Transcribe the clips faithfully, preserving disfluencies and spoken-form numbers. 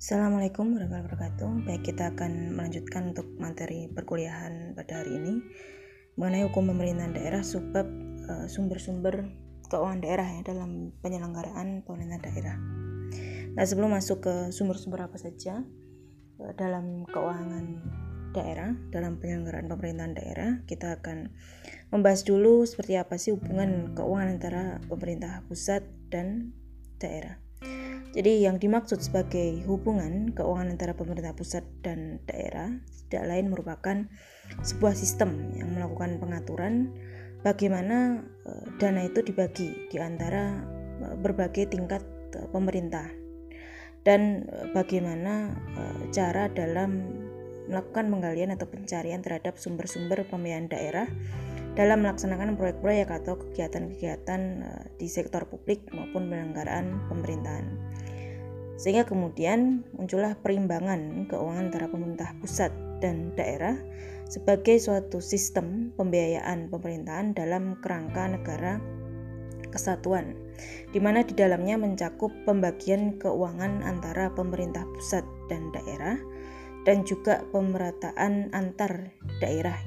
Assalamualaikum warahmatullahi wabarakatuh. Baik, kita akan melanjutkan untuk materi perkuliahan pada hari ini mengenai hukum pemerintahan daerah sebab uh, sumber-sumber keuangan daerah ya dalam penyelenggaraan pemerintahan daerah. Nah, sebelum masuk ke sumber-sumber apa saja uh, dalam keuangan daerah, dalam penyelenggaraan pemerintahan daerah, kita akan membahas dulu seperti apa sih hubungan keuangan antara pemerintah pusat dan daerah. Jadi yang dimaksud sebagai hubungan keuangan antara pemerintah pusat dan daerah tidak lain merupakan sebuah sistem yang melakukan pengaturan bagaimana e, dana itu dibagi di antara e, berbagai tingkat e, pemerintah dan e, bagaimana e, cara dalam melakukan penggalian atau pencarian terhadap sumber-sumber pembiayaan daerah dalam melaksanakan proyek-proyek atau kegiatan-kegiatan e, di sektor publik maupun penyelenggaraan pemerintahan. Sehingga kemudian muncullah perimbangan keuangan antara pemerintah pusat dan daerah sebagai suatu sistem pembiayaan pemerintahan dalam kerangka negara kesatuan, di mana di dalamnya mencakup pembagian keuangan antara pemerintah pusat dan daerah dan juga pemerataan antar daerah,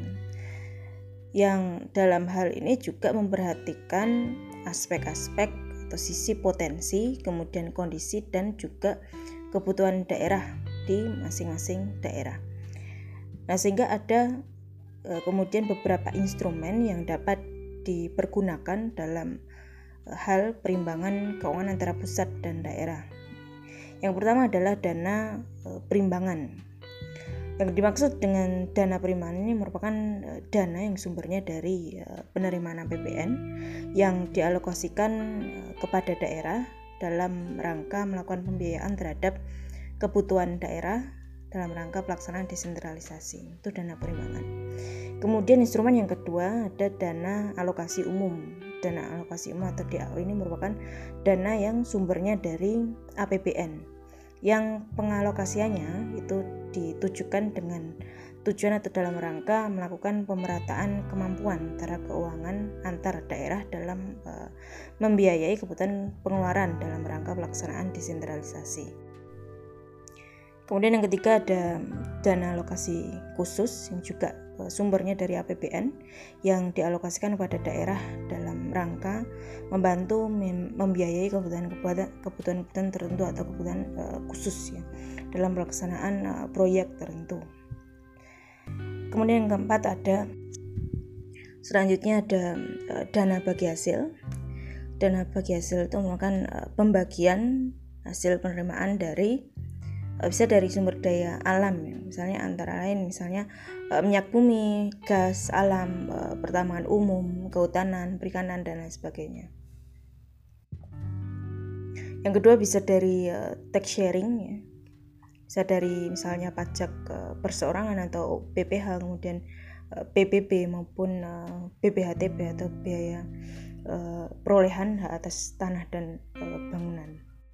yang dalam hal ini juga memperhatikan aspek-aspek atau sisi potensi, kemudian kondisi dan juga kebutuhan daerah di masing-masing daerah. Nah, sehingga ada e, kemudian beberapa instrumen yang dapat dipergunakan dalam e, hal perimbangan keuangan antara pusat dan daerah. Yang pertama adalah dana e, perimbangan. Yang dimaksud dengan dana perimbangan ini merupakan e, dana yang sumbernya dari e, penerimaan A P B N yang dialokasikan e, kepada daerah dalam rangka melakukan pembiayaan terhadap kebutuhan daerah dalam rangka pelaksanaan desentralisasi. Itu dana perimbangan. Kemudian instrumen yang kedua ada dana alokasi umum. Dana alokasi umum atau D A U ini merupakan dana yang sumbernya dari A P B N yang pengalokasiannya itu ditujukan dengan tujuan atau dalam rangka melakukan pemerataan kemampuan antara keuangan antar daerah dalam uh, membiayai kebutuhan pengeluaran dalam rangka pelaksanaan desentralisasi. Kemudian yang ketiga ada dana alokasi khusus yang juga uh, sumbernya dari A P B N yang dialokasikan kepada daerah dalam rangka membantu mem- membiayai kebutuhan-kebutuhan tertentu atau kebutuhan uh, khusus ya dalam pelaksanaan uh, proyek tertentu. Kemudian yang keempat ada selanjutnya ada uh, dana bagi hasil. Dana bagi hasil itu merupakan uh, pembagian hasil penerimaan dari uh, bisa dari sumber daya alam ya. Misalnya antara lain misalnya uh, minyak bumi, gas alam, uh, pertambangan umum, kehutanan, perikanan dan lain sebagainya. Yang kedua bisa dari uh, tax sharing ya. Bisa dari misalnya pajak uh, perseorangan atau B P H, kemudian uh, P B B maupun uh, B P H T B atau biaya uh, perolehan hak atas tanah dan uh, bangunan.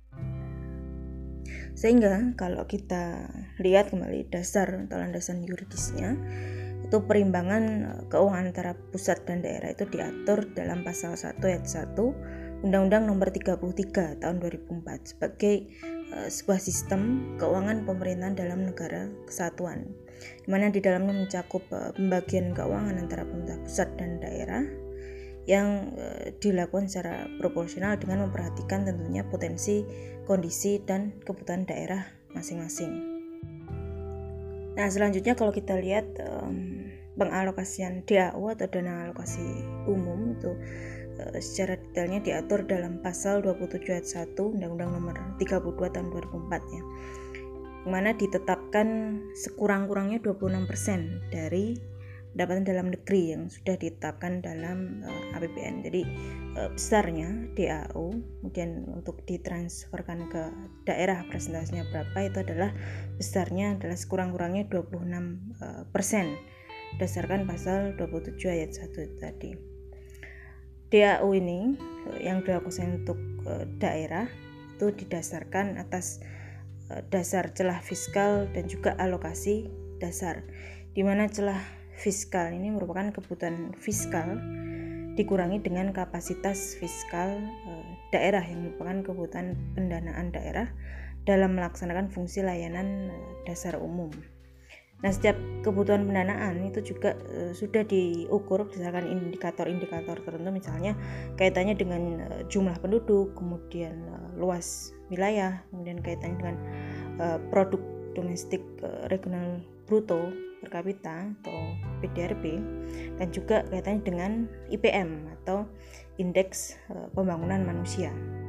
Sehingga kalau kita lihat kembali dasar atau landasan yuridisnya, itu perimbangan uh, keuangan antara pusat dan daerah itu diatur dalam pasal satu ayat satu Undang-Undang Nomor tiga puluh tiga Tahun dua ribu empat sebagai uh, sebuah sistem keuangan pemerintahan dalam negara kesatuan, di mana di dalamnya mencakup uh, pembagian keuangan antara pemerintah pusat dan daerah yang uh, dilakukan secara proporsional dengan memperhatikan tentunya potensi, kondisi dan kebutuhan daerah masing-masing. Nah, selanjutnya kalau kita lihat um, pengalokasian D A U atau dana alokasi umum itu secara detailnya diatur dalam pasal dua puluh tujuh ayat satu Undang-Undang Nomor tiga puluh dua Tahun dua ribu empat ya. Di mana ditetapkan sekurang-kurangnya dua puluh enam persen dari pendapatan dalam negeri yang sudah ditetapkan dalam uh, A P B N. Jadi uh, besarnya D A U kemudian untuk ditransferkan ke daerah presentasinya berapa itu adalah besarnya adalah sekurang-kurangnya dua puluh enam persen berdasarkan pasal dua puluh tujuh ayat satu tadi. D A U ini yang dilakukan untuk uh, daerah itu didasarkan atas uh, dasar celah fiskal dan juga alokasi dasar, di mana celah fiskal ini merupakan kebutuhan fiskal dikurangi dengan kapasitas fiskal uh, daerah yang merupakan kebutuhan pendanaan daerah dalam melaksanakan fungsi layanan dasar umum. Nah, setiap kebutuhan pendanaan itu juga uh, sudah diukur berdasarkan indikator-indikator tertentu, misalnya kaitannya dengan uh, jumlah penduduk, kemudian uh, luas wilayah, kemudian kaitannya dengan uh, produk domestik uh, regional bruto per kapita atau P D R B, dan juga kaitannya dengan I P M atau indeks uh, pembangunan manusia.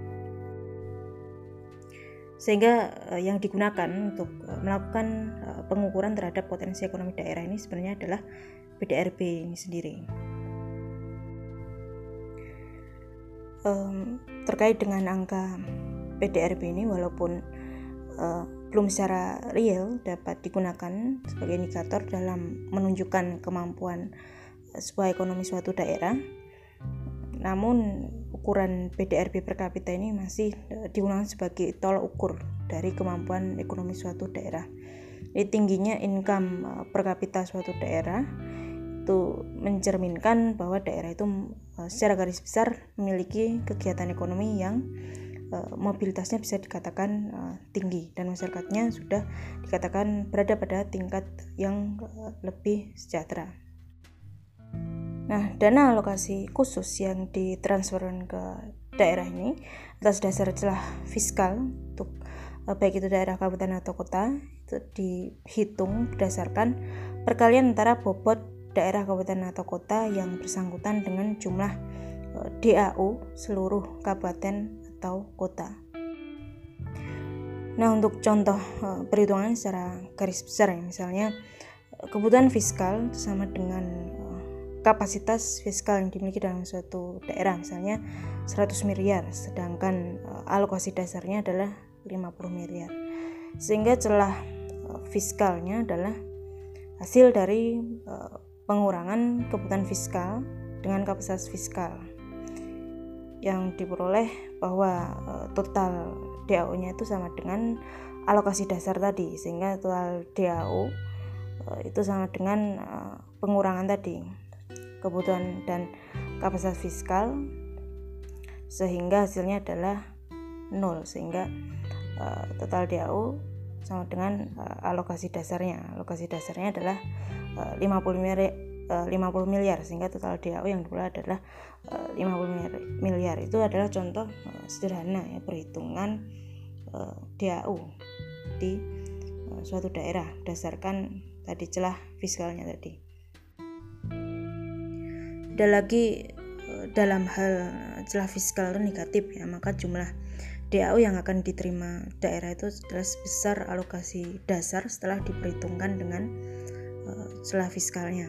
Sehingga uh, yang digunakan untuk uh, melakukan uh, pengukuran terhadap potensi ekonomi daerah ini sebenarnya adalah P D R B ini sendiri. Um, terkait dengan angka P D R B ini, walaupun uh, belum secara real dapat digunakan sebagai indikator dalam menunjukkan kemampuan uh, sebuah ekonomi suatu daerah, namun ukuran P D R B per kapita ini masih uh, digunakan sebagai tolak ukur dari kemampuan ekonomi suatu daerah. Jadi tingginya income uh, per kapita suatu daerah itu mencerminkan bahwa daerah itu uh, secara garis besar memiliki kegiatan ekonomi yang uh, mobilitasnya bisa dikatakan uh, tinggi, dan masyarakatnya sudah dikatakan berada pada tingkat yang uh, lebih sejahtera. Nah, dana alokasi khusus yang ditransferkan ke daerah ini atas dasar celah fiskal untuk eh, baik itu daerah, kabupaten atau kota, itu dihitung berdasarkan perkalian antara bobot daerah, kabupaten atau kota yang bersangkutan dengan jumlah eh, D A U seluruh kabupaten atau kota. Nah, untuk contoh eh, perhitungan secara garis besar ya, misalnya eh, kebutuhan fiskal sama dengan kapasitas fiskal yang dimiliki dalam suatu daerah, misalnya seratus miliar, sedangkan uh, alokasi dasarnya adalah lima puluh miliar. Sehingga celah uh, fiskalnya adalah hasil dari uh, pengurangan kebutuhan fiskal dengan kapasitas fiskal yang diperoleh, bahwa uh, total D A U-nya itu sama dengan alokasi dasar tadi, sehingga total D A U uh, itu sama dengan uh, pengurangan tadi kebutuhan dan kapasitas fiskal, sehingga hasilnya adalah nol, sehingga uh, total D A U sama dengan uh, alokasi dasarnya. Alokasi dasarnya adalah uh, lima puluh miliar, sehingga total D A U yang diperoleh adalah uh, lima puluh miliar. Itu adalah contoh uh, sederhana ya perhitungan uh, D A U di uh, suatu daerah berdasarkan tadi celah fiskalnya tadi. Ada lagi dalam hal celah fiskal itu negatif ya, maka jumlah D A U yang akan diterima daerah itu adalah sebesar alokasi dasar setelah diperhitungkan dengan uh, celah fiskalnya.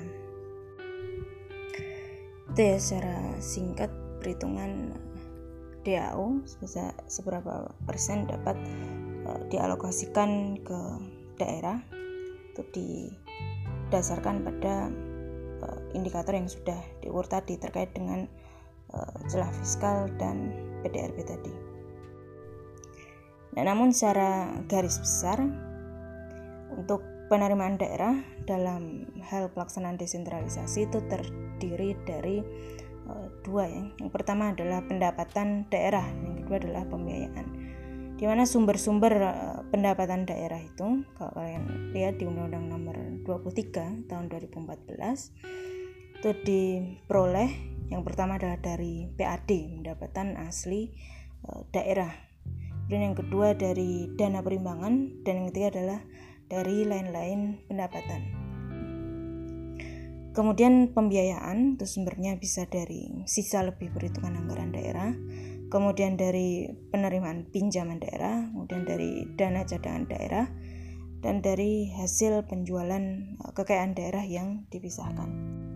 Itu ya secara singkat perhitungan D A U sebesar seberapa persen dapat uh, dialokasikan ke daerah, itu didasarkan pada indikator yang sudah diukur tadi terkait dengan uh, celah fiskal dan P D R B tadi. Nah, namun secara garis besar untuk penerimaan daerah dalam hal pelaksanaan desentralisasi itu terdiri dari uh, dua ya. Yang pertama adalah pendapatan daerah, yang kedua adalah pembiayaan. Di mana sumber-sumber uh, pendapatan daerah itu, kalau kalian lihat di Undang-Undang Nomor dua puluh tiga tahun dua ribu empat belas, itu diperoleh yang pertama adalah dari P A D, pendapatan asli uh, daerah. Dan yang kedua dari dana perimbangan, dan yang ketiga adalah dari lain-lain pendapatan. Kemudian pembiayaan itu sumbernya bisa dari sisa lebih perhitungan anggaran daerah, kemudian dari penerimaan pinjaman daerah, kemudian dari dana cadangan daerah, dan dari hasil penjualan kekayaan daerah yang dipisahkan.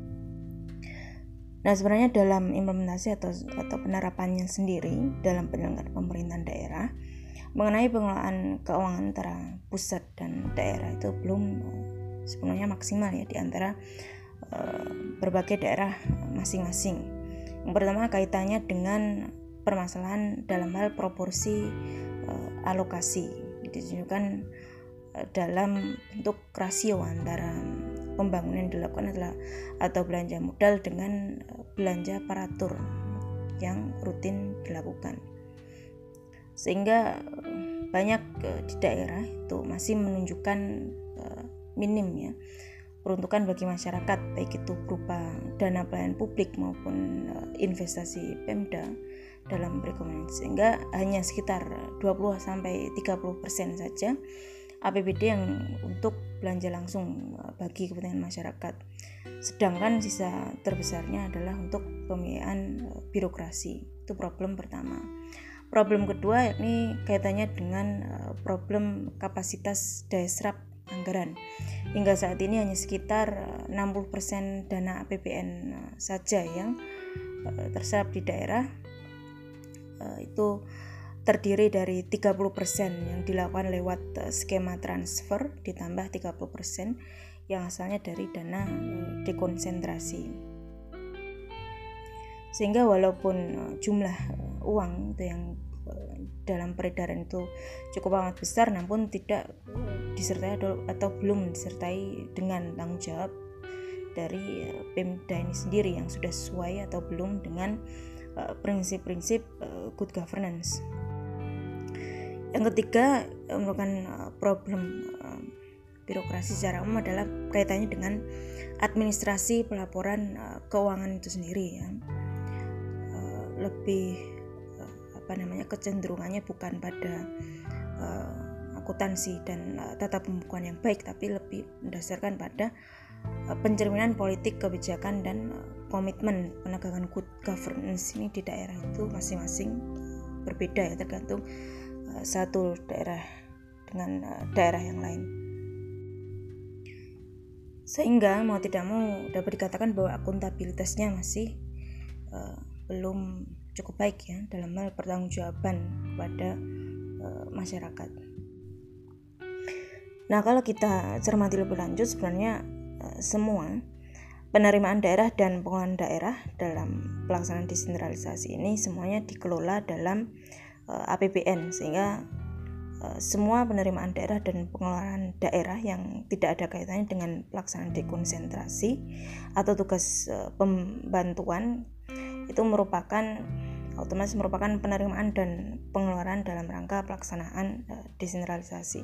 Nah, sebenarnya dalam implementasi atau, atau penerapannya sendiri dalam penyelenggaraan pemerintahan daerah mengenai pengelolaan keuangan antara pusat dan daerah itu belum sepenuhnya maksimal ya di antara uh, berbagai daerah masing-masing. Yang pertama kaitannya dengan permasalahan dalam hal proporsi uh, alokasi, ditunjukkan uh, dalam bentuk rasio antara pembangunan yang dilakukan adalah atau belanja modal dengan uh, belanja aparatur yang rutin dilakukan, sehingga uh, banyak uh, di daerah itu masih menunjukkan uh, minim ya peruntukan bagi masyarakat, baik itu berupa dana pelayanan publik maupun uh, investasi Pemda dalam perekonomian, sehingga hanya sekitar dua puluh sampai tiga puluh persen saja A P B D yang untuk belanja langsung bagi kepentingan masyarakat. Sedangkan sisa terbesarnya adalah untuk pembiayaan birokrasi. Itu problem pertama. Problem kedua yakni kaitannya dengan problem kapasitas daya serap anggaran. Hingga saat ini hanya sekitar enam puluh persen dana A P B N saja yang terserap di daerah. Itu terdiri dari tiga puluh persen yang dilakukan lewat skema transfer ditambah tiga puluh persen yang asalnya dari dana dekonsentrasi. Sehingga walaupun jumlah uang itu yang dalam peredaran itu cukup amat besar, namun tidak disertai atau belum disertai dengan tanggung jawab dari Pemda ini sendiri yang sudah sesuai atau belum dengan uh, prinsip-prinsip uh, good governance. Yang ketiga merupakan uh, problem uh, birokrasi secara umum adalah kaitannya dengan administrasi pelaporan uh, keuangan itu sendiri ya. Uh, lebih uh, apa namanya kecenderungannya bukan pada uh, akuntansi dan uh, tata pembukuan yang baik, tapi lebih mendasarkan pada uh, pencerminan politik kebijakan dan uh, komitmen penegakan good governance ini di daerah itu masing-masing berbeda ya, tergantung uh, satu daerah dengan uh, daerah yang lain. Sehingga mau tidak mau dapat dikatakan bahwa akuntabilitasnya masih uh, belum cukup baik ya dalam hal pertanggungjawaban kepada uh, masyarakat. Nah, kalau kita cermati lebih lanjut, sebenarnya uh, semua penerimaan daerah dan pengelolaan daerah dalam pelaksanaan desentralisasi ini semuanya dikelola dalam uh, A P B N, sehingga uh, semua penerimaan daerah dan pengelolaan daerah yang tidak ada kaitannya dengan pelaksanaan dekonsentrasi atau tugas uh, pembantuan itu merupakan otomatis merupakan penerimaan dan pengeluaran dalam rangka pelaksanaan uh, desentralisasi.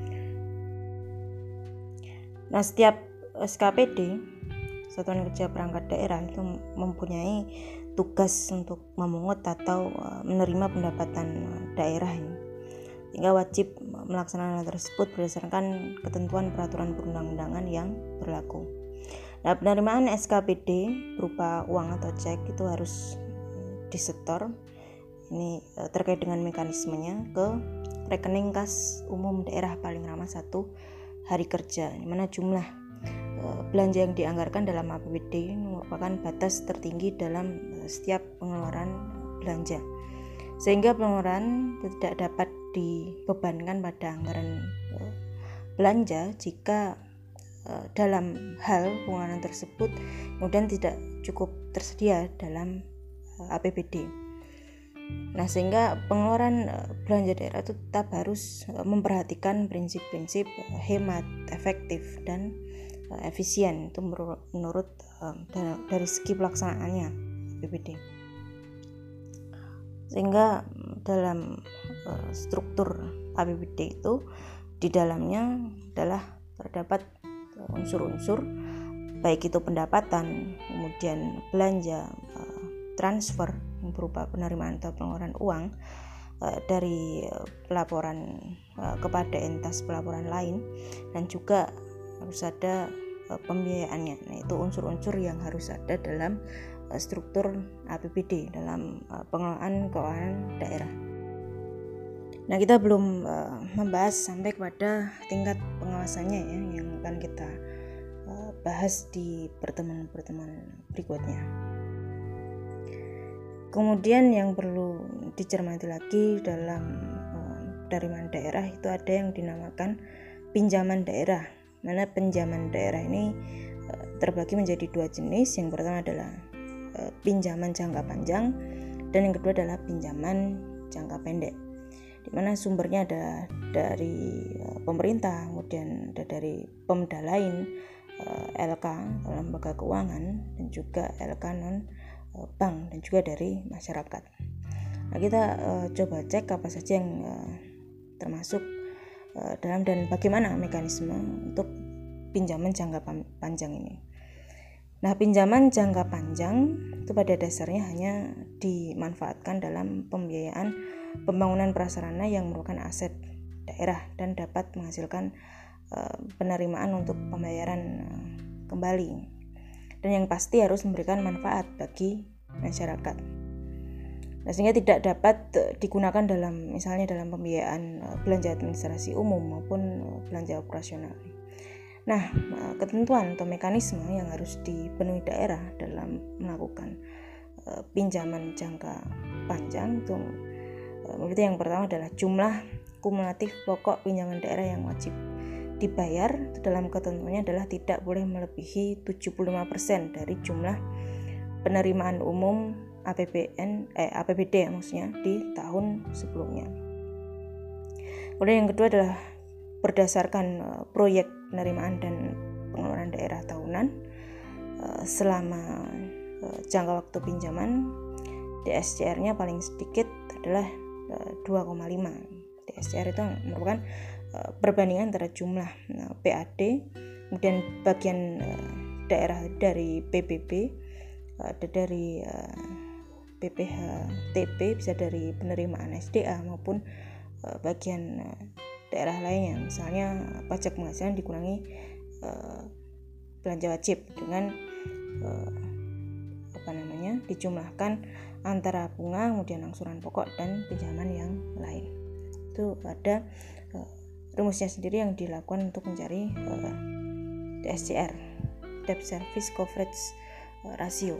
Nah, setiap S K P D, Satuan Kerja Perangkat Daerah, itu mempunyai tugas untuk memungut atau uh, menerima pendapatan uh, daerah ini, sehingga wajib melaksanakan hal tersebut berdasarkan ketentuan peraturan perundang-undangan yang berlaku. Nah, penerimaan S K P D berupa uang atau cek itu harus disetor, ini uh, terkait dengan mekanismenya, ke rekening kas umum daerah paling lama satu hari kerja, di mana jumlah uh, belanja yang dianggarkan dalam A P B D merupakan batas tertinggi dalam uh, setiap pengeluaran belanja, sehingga pengeluaran tidak dapat dibebankan pada anggaran uh, belanja jika uh, dalam hal pengeluaran tersebut kemudian tidak cukup tersedia dalam uh, A P B D. Nah, sehingga pengeluaran belanja daerah itu tetap harus memperhatikan prinsip-prinsip hemat, efektif, dan efisien. Itu menurut dari segi pelaksanaannya A P B D. Sehingga dalam struktur A P B D itu di dalamnya adalah terdapat unsur-unsur baik itu pendapatan, kemudian belanja, transfer berupa penerimaan atau pengeluaran uang uh, dari uh, pelaporan uh, kepada entitas pelaporan lain, dan juga harus ada uh, pembiayaannya. Nah, itu unsur-unsur yang harus ada dalam uh, struktur A P B D dalam uh, pengelolaan keuangan daerah. Nah, kita belum uh, membahas sampai kepada tingkat pengawasannya ya, yang akan kita uh, bahas di pertemuan-pertemuan berikutnya. Kemudian yang perlu dicermati lagi dalam uh, penerimaan daerah itu ada yang dinamakan pinjaman daerah. Mana pinjaman daerah ini uh, terbagi menjadi dua jenis. Yang pertama adalah uh, pinjaman jangka panjang, dan yang kedua adalah pinjaman jangka pendek, di mana sumbernya ada dari uh, pemerintah, kemudian ada dari pemda lain, uh, L K lembaga keuangan, dan juga L K non bank, dan juga dari masyarakat. Nah, kita uh, coba cek apa saja yang uh, termasuk uh, dalam dan bagaimana mekanisme untuk pinjaman jangka panjang ini. Nah, pinjaman jangka panjang itu pada dasarnya hanya dimanfaatkan dalam pembiayaan pembangunan prasarana yang merupakan aset daerah dan dapat menghasilkan uh, penerimaan untuk pembayaran uh, kembali, dan yang pasti harus memberikan manfaat bagi masyarakat. Nah, sehingga tidak dapat uh, digunakan dalam misalnya dalam pembiayaan uh, belanja administrasi umum maupun uh, belanja operasional. Nah, ketentuan atau mekanisme yang harus dipenuhi daerah dalam melakukan uh, pinjaman jangka panjang itu uh, yang pertama adalah jumlah kumulatif pokok pinjaman daerah yang wajib dibayar dalam ketentuannya adalah tidak boleh melebihi tujuh puluh lima persen dari jumlah penerimaan umum A P B N eh A P B D maksudnya di tahun sebelumnya. Kemudian yang kedua adalah berdasarkan uh, proyek penerimaan dan pengeluaran daerah tahunan uh, selama uh, jangka waktu pinjaman, D S C R-nya paling sedikit adalah uh, dua koma lima. D S C R itu merupakan uh, perbandingan antara jumlah uh, P A D, kemudian bagian uh, daerah dari P B B, uh, ada dari uh, B P H T P, bisa dari penerimaan S D A maupun uh, bagian uh, daerah lainnya, misalnya pajak penghasilan dikurangi uh, belanja wajib dengan uh, apa namanya dijumlahkan antara bunga, kemudian angsuran pokok dan pinjaman yang lain. Itu ada uh, rumusnya sendiri yang dilakukan untuk mencari uh, D S C R, Debt Service Coverage Ratio,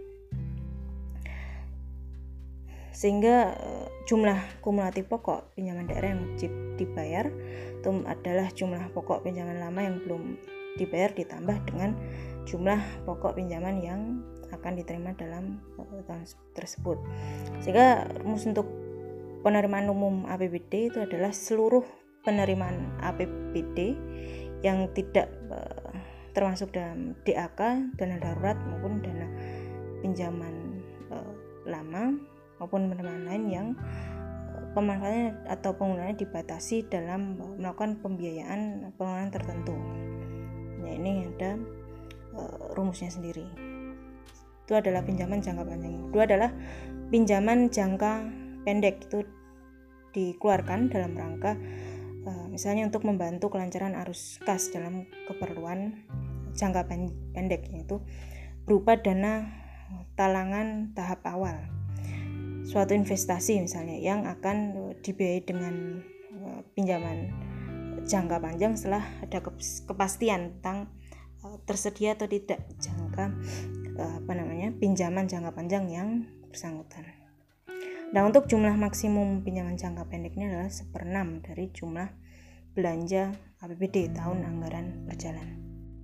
sehingga uh, jumlah kumulatif pokok pinjaman daerah yang wajib dibayar itu adalah jumlah pokok pinjaman lama yang belum dibayar ditambah dengan jumlah pokok pinjaman yang akan diterima dalam uh, tahun tersebut. Sehingga rumus untuk penerimaan umum A P B D itu adalah seluruh penerimaan A P B D yang tidak uh, termasuk dalam D A K, dana darurat maupun dana pinjaman uh, lama maupun penerimaan lain yang pemanfaatannya atau penggunaannya dibatasi dalam melakukan pembiayaan pengeluaran tertentu. Nah, ini ada uh, rumusnya sendiri. Itu adalah pinjaman jangka panjang. Kedua adalah pinjaman jangka pendek, itu dikeluarkan dalam rangka uh, misalnya untuk membantu kelancaran arus kas dalam keperluan jangka pendek, yaitu berupa dana talangan tahap awal suatu investasi misalnya yang akan dibiayai dengan uh, pinjaman jangka panjang setelah ada kepastian tentang uh, tersedia atau tidak jangka uh, apa namanya pinjaman jangka panjang yang bersangkutan. Nah, untuk jumlah maksimum pinjaman jangka pendeknya adalah seperenam dari jumlah belanja A P B D tahun anggaran berjalan.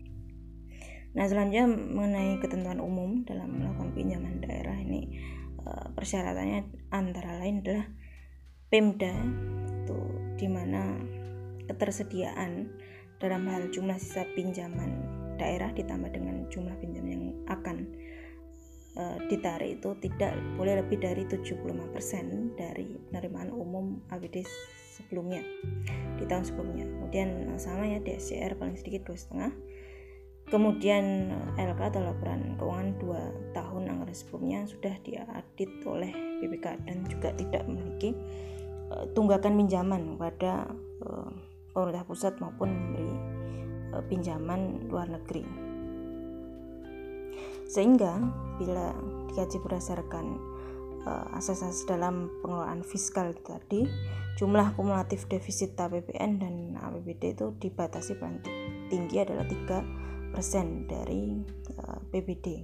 Nah, selanjutnya mengenai ketentuan umum dalam melakukan pinjaman daerah ini, persyaratannya antara lain adalah Pemda itu di mana ketersediaan dalam hal jumlah sisa pinjaman daerah ditambah dengan jumlah pinjaman yang akan e, ditarik itu tidak boleh lebih dari tujuh puluh lima persen dari penerimaan umum A P B D sebelumnya di tahun sebelumnya. Kemudian sama ya, D S C R paling sedikit dua koma lima. Kemudian L K atau laporan keuangan dua tahun anggaran sebelumnya sudah diaudit oleh B P K dan juga tidak memiliki uh, tunggakan pinjaman kepada uh, pemerintah pusat maupun memberi uh, pinjaman luar negeri. Sehingga bila dikaji berdasarkan uh, asas-asas dalam pengelolaan fiskal tadi, jumlah kumulatif defisit A P B N dan A P B D itu dibatasi paling tinggi adalah tiga persen dari uh, P B D.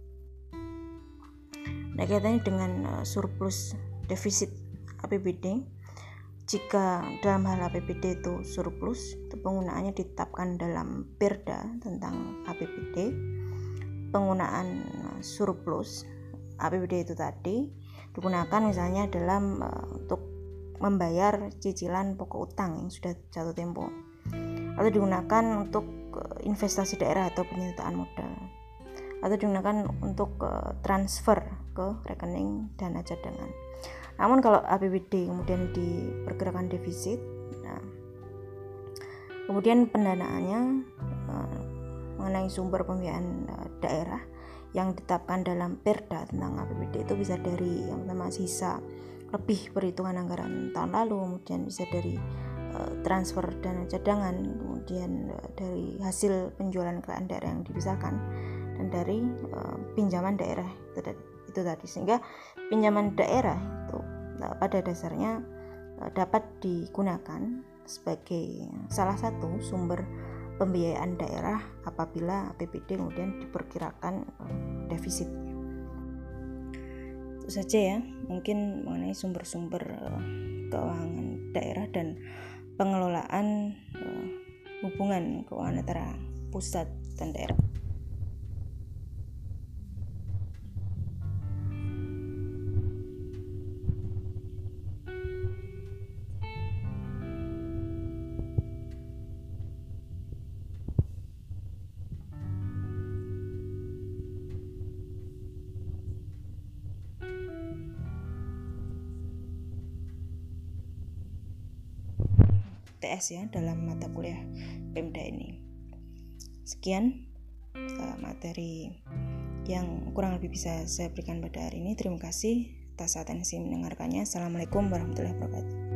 Nah, kaitannya dengan uh, surplus defisit A P B D, jika dalam hal A P B D itu surplus, itu penggunaannya ditetapkan dalam Perda tentang A P B D. Penggunaan uh, surplus A P B D itu tadi digunakan misalnya dalam uh, untuk membayar cicilan pokok utang yang sudah jatuh tempo, atau digunakan untuk investasi daerah atau penyertaan modal, atau digunakan untuk uh, transfer ke rekening dana cadangan. Namun kalau A P B D kemudian diperkirakan defisit, Nah, kemudian pendanaannya uh, mengenai sumber pembiayaan uh, daerah yang ditetapkan dalam Perda tentang A P B D itu bisa dari yang pertama sisa lebih perhitungan anggaran tahun lalu, kemudian bisa dari uh, transfer dana cadangan, kemudian uh, dari hasil penjualan kekayaan daerah yang dipisahkan, dan dari uh, pinjaman daerah itu, itu tadi. Sehingga pinjaman daerah itu uh, pada dasarnya uh, dapat digunakan sebagai salah satu sumber pembiayaan daerah apabila A P B D kemudian diperkirakan uh, defisit. Itu saja ya, mungkin mengenai sumber-sumber uh, keuangan daerah dan pengelolaan uh, hubungan keuangan antara pusat dan daerah. T S ya dalam mata kuliah Pemda ini. Sekian uh, materi yang kurang lebih bisa saya berikan pada hari ini. Terima kasih atas atensi mendengarkannya. Assalamualaikum warahmatullahi wabarakatuh.